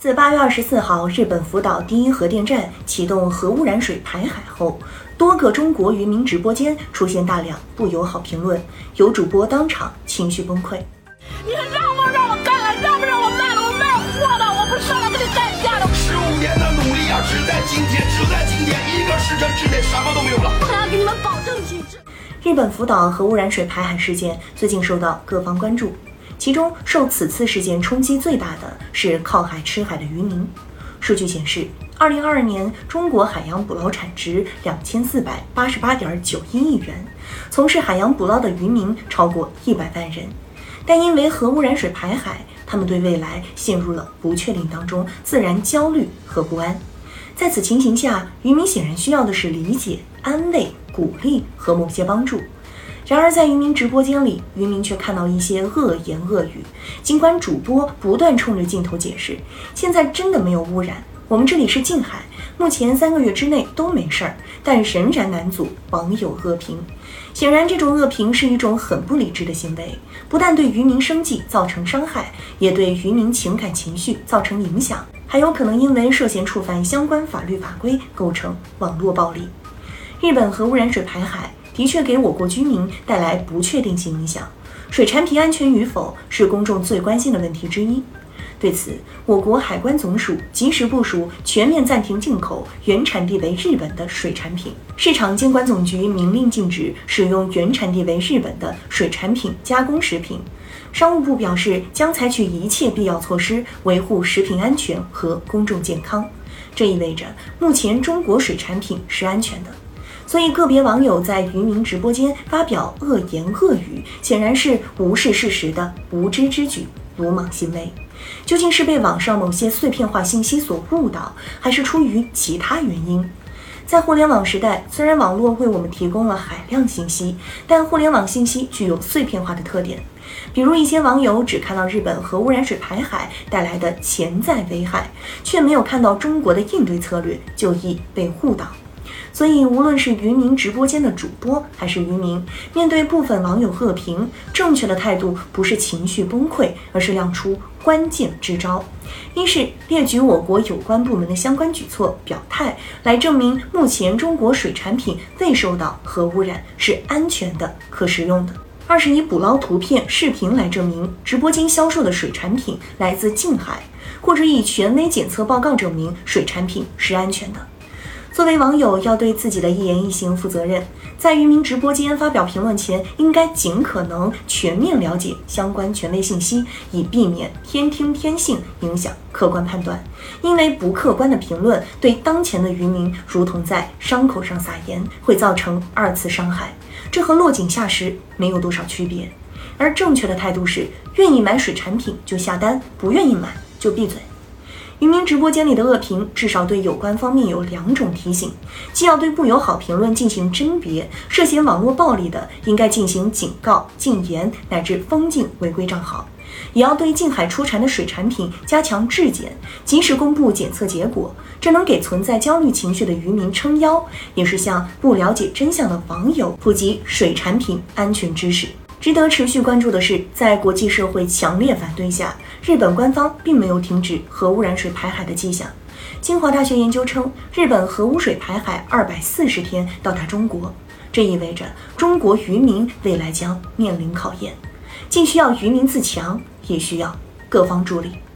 自8月24号日本福岛第一核电站启动核污染水排海后，多个中国渔民直播间出现大量不友好评论，有主播当场情绪崩溃。 你让不让我干了，让不让我卖了，我卖货了，我不上来给你干架了。 15年的努力啊，只在今天1个时辰之内什么都没有了。 我要给你们保证体制。 日本福岛核污染水排海事件最近受到各方关注。其中受此次事件冲击最大的是靠海吃海的渔民。数据显示，2022年中国海洋捕捞产值2488.91亿元，从事海洋捕捞的渔民超过100万人。但因为核污染水排海，他们对未来陷入了不确定当中，自然焦虑和不安。在此情形下，渔民显然需要的是理解、安慰、鼓励和某些帮助。然而在渔民直播间里，渔民却看到一些恶言恶语。尽管主播不断冲着镜头解释，现在真的没有污染，我们这里是近海，目前3个月之内都没事儿，但仍然难阻网友恶评。显然这种恶评是一种很不理智的行为，不但对渔民生计造成伤害，也对渔民情感情绪造成影响，还有可能因为涉嫌触犯相关法律法规构成网络暴力。日本核污染水排海的确给我国居民带来不确定性影响，水产品安全与否是公众最关心的问题之一。对此，我国海关总署及时部署全面暂停进口原产地为日本的水产品，市场监管总局明令禁止使用原产地为日本的水产品加工食品。商务部表示将采取一切必要措施维护食品安全和公众健康，这意味着目前中国水产品是安全的。所以个别网友在渔民直播间发表恶言恶语，显然是无视事实的无知之举、鲁莽行为。究竟是被网上某些碎片化信息所误导，还是出于其他原因？在互联网时代，虽然网络为我们提供了海量信息，但互联网信息具有碎片化的特点。比如一些网友只看到日本核污染水排海带来的潜在危害，却没有看到中国的应对策略，就易被误导。所以无论是渔民直播间的主播还是渔民，面对部分网友恶评，正确的态度不是情绪崩溃，而是亮出关键支招。一是列举我国有关部门的相关举措表态，来证明目前中国水产品未受到核污染，是安全的、可食用的。二是以捕捞图片、视频来证明直播间销售的水产品来自近海，或者以权威检测报告证明水产品是安全的。作为网友，要对自己的一言一行负责任，在渔民直播间发表评论前，应该尽可能全面了解相关权威信息，以避免天听天信影响客观判断。因为不客观的评论对当前的渔民如同在伤口上撒盐，会造成2次伤害，这和落井下石没有多少区别。而正确的态度是，愿意买水产品就下单，不愿意买就闭嘴。渔民直播间里的恶评至少对有关方面有2种提醒，既要对不友好评论进行甄别，涉嫌网络暴力的应该进行警告、禁言乃至封禁违规账号，也要对近海出产的水产品加强质检，及时公布检测结果，这能给存在焦虑情绪的渔民撑腰，也是向不了解真相的网友普及水产品安全知识。值得持续关注的是，在国际社会强烈反对下，日本官方并没有停止核污染水排海的迹象。清华大学研究称，日本核污水排海240天到达中国，这意味着中国渔民未来将面临考验，既需要渔民自强，也需要各方助力。